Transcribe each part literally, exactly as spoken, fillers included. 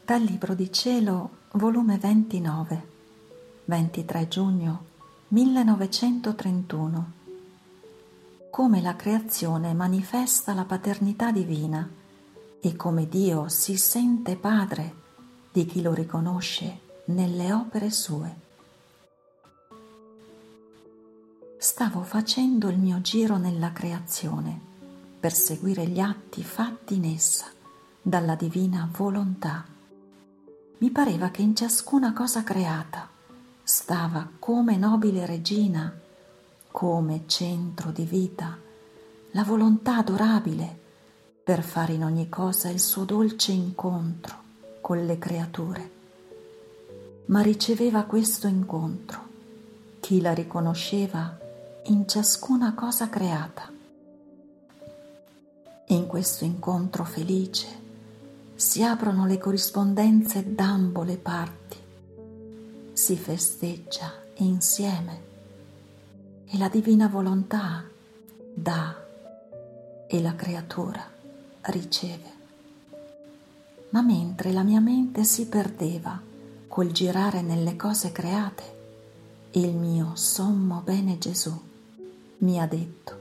Dal Libro di Cielo, volume ventinove, ventitré giugno millenovecentotrentuno. Come la creazione manifesta la paternità divina e come Dio si sente padre di chi lo riconosce nelle opere sue. Stavo facendo il mio giro nella creazione per seguire gli atti fatti in essa dalla divina volontà. Mi pareva che in ciascuna cosa creata stava come nobile regina, come centro di vita, la volontà adorabile per fare in ogni cosa il suo dolce incontro con le creature. Ma riceveva questo incontro chi la riconosceva in ciascuna cosa creata. In questo incontro felice si aprono le corrispondenze d'ambo le parti, si festeggia insieme e la divina volontà dà e la creatura riceve. Ma mentre la mia mente si perdeva col girare nelle cose create, il mio sommo bene Gesù mi ha detto: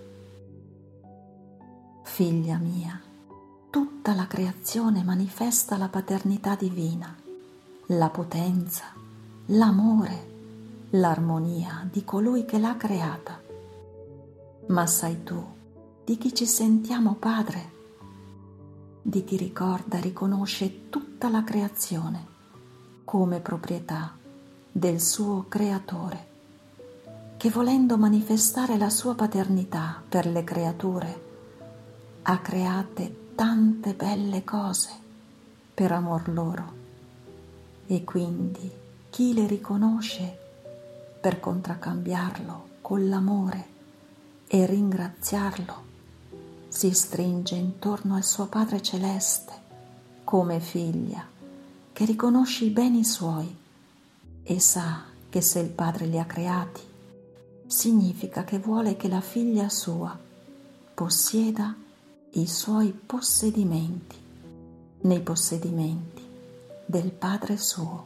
figlia mia, tutta la creazione manifesta la paternità divina, la potenza, l'amore, l'armonia di colui che l'ha creata. Ma sai tu di chi ci sentiamo padre? Di chi ricorda e riconosce tutta la creazione come proprietà del suo creatore, che volendo manifestare la sua paternità per le creature ha create tante belle cose per amor loro, e quindi chi le riconosce per contraccambiarlo con l'amore e ringraziarlo si stringe intorno al suo Padre Celeste come figlia che riconosce i beni suoi e sa che se il Padre li ha creati significa che vuole che la figlia sua possieda i suoi possedimenti nei possedimenti del Padre suo.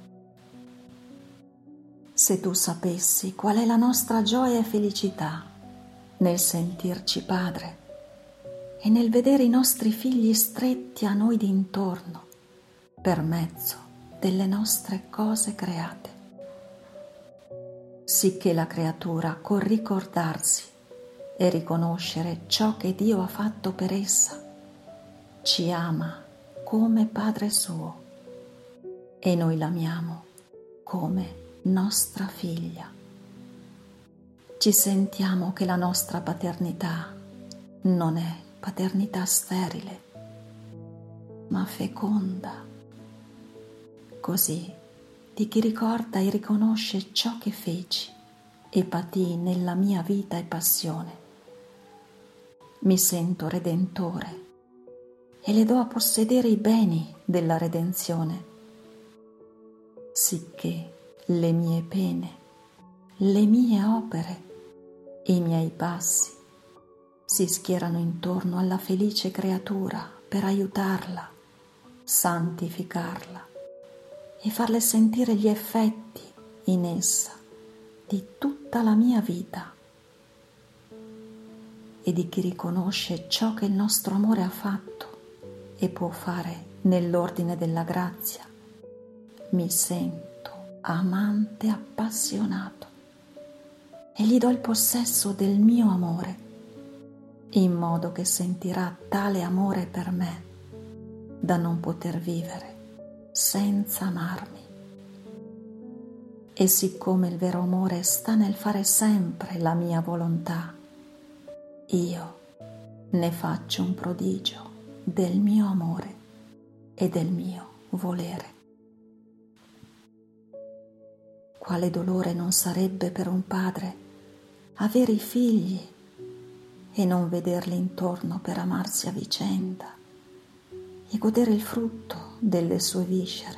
Se tu sapessi qual è la nostra gioia e felicità nel sentirci padre e nel vedere i nostri figli stretti a noi d'intorno per mezzo delle nostre cose create, sicché la creatura col ricordarsi e riconoscere ciò che Dio ha fatto per essa ci ama come Padre suo e noi l'amiamo come nostra figlia. Ci sentiamo che la nostra paternità non è paternità sterile, ma feconda. Così di chi ricorda e riconosce ciò che feci e patii nella mia vita e passione, mi sento redentore e le do a possedere i beni della redenzione, sicché le mie pene, le mie opere e i miei passi si schierano intorno alla felice creatura per aiutarla, santificarla e farle sentire gli effetti in essa di tutta la mia vita. E di chi riconosce ciò che il nostro amore ha fatto e può fare nell'ordine della grazia, mi sento amante appassionato e gli do il possesso del mio amore, in modo che sentirà tale amore per me da non poter vivere senza amarmi. E siccome il vero amore sta nel fare sempre la mia volontà, io ne faccio un prodigio del mio amore e del mio volere. Quale dolore non sarebbe per un padre avere i figli e non vederli intorno per amarsi a vicenda e godere il frutto delle sue viscere.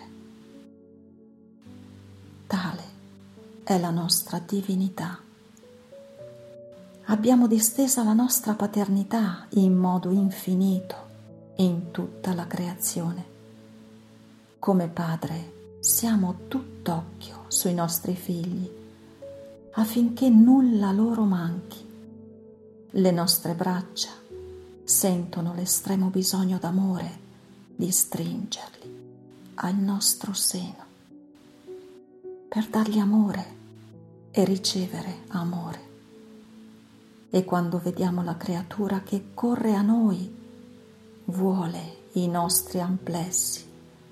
Tale è la nostra divinità. Abbiamo distesa la nostra paternità in modo infinito in tutta la creazione, Come padre siamo tutt'occhio sui nostri figli affinché nulla loro manchi. Le nostre braccia sentono l'estremo bisogno d'amore di stringerli al nostro seno per dargli amore e ricevere amore. E quando vediamo la creatura che corre a noi, vuole i nostri amplessi,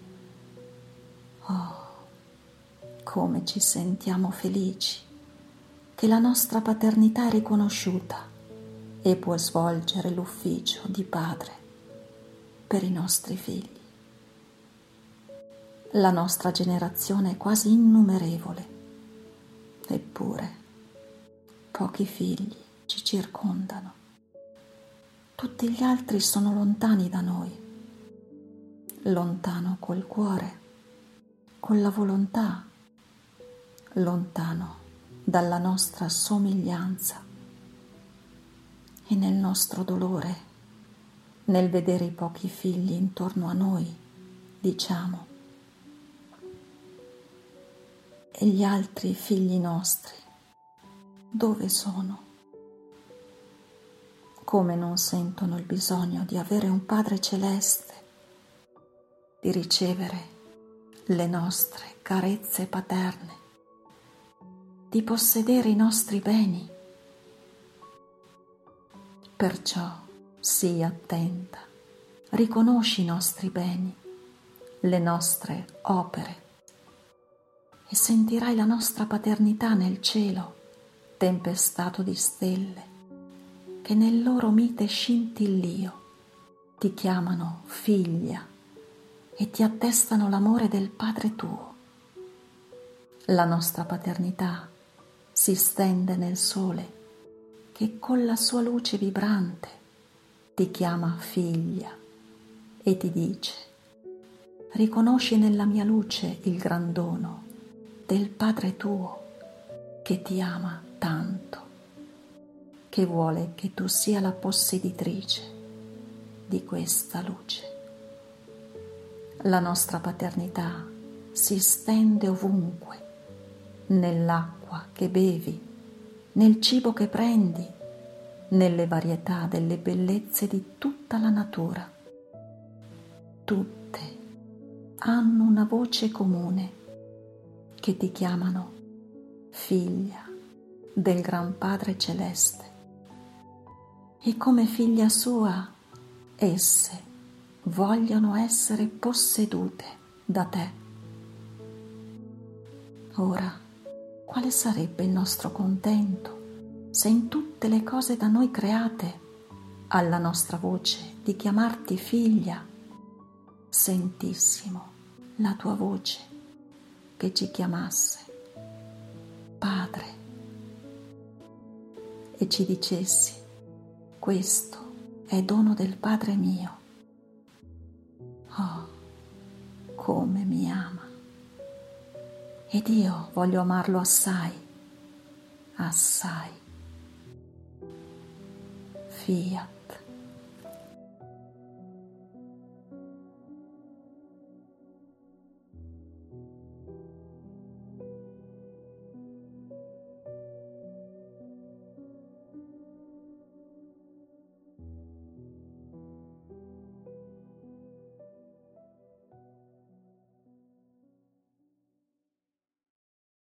oh, come ci sentiamo felici che la nostra paternità è riconosciuta e può svolgere l'ufficio di padre per i nostri figli. La nostra generazione è quasi innumerevole, eppure pochi figli ci circondano. Tutti gli altri sono lontani da noi, lontano col cuore, con la volontà, lontano dalla nostra somiglianza. E nel nostro dolore, nel vedere i pochi figli intorno a noi, diciamo: e gli altri figli nostri, dove sono? Come non sentono il bisogno di avere un Padre celeste, di ricevere le nostre carezze paterne, di possedere i nostri beni? Perciò sii attenta, riconosci i nostri beni, le nostre opere, e sentirai la nostra paternità nel cielo, tempestato di stelle, che nel loro mite scintillio ti chiamano figlia e ti attestano l'amore del Padre tuo. La nostra paternità si stende nel sole, che con la sua luce vibrante ti chiama figlia e ti dice: riconosci nella mia luce il gran dono del Padre tuo, che ti ama tanto, che vuole che tu sia la posseditrice di questa luce. La nostra paternità si stende ovunque, nell'acqua che bevi, nel cibo che prendi, nelle varietà delle bellezze di tutta la natura. Tutte hanno una voce comune che ti chiamano figlia del Gran Padre Celeste, e come figlia sua esse vogliono essere possedute da te. Ora, quale sarebbe il nostro contento se in tutte le cose da noi create alla nostra voce di chiamarti figlia sentissimo la tua voce che ci chiamasse Padre e ci dicessi: questo è dono del Padre mio. Oh, come mi ama! Ed io voglio amarlo assai, assai. Fiat.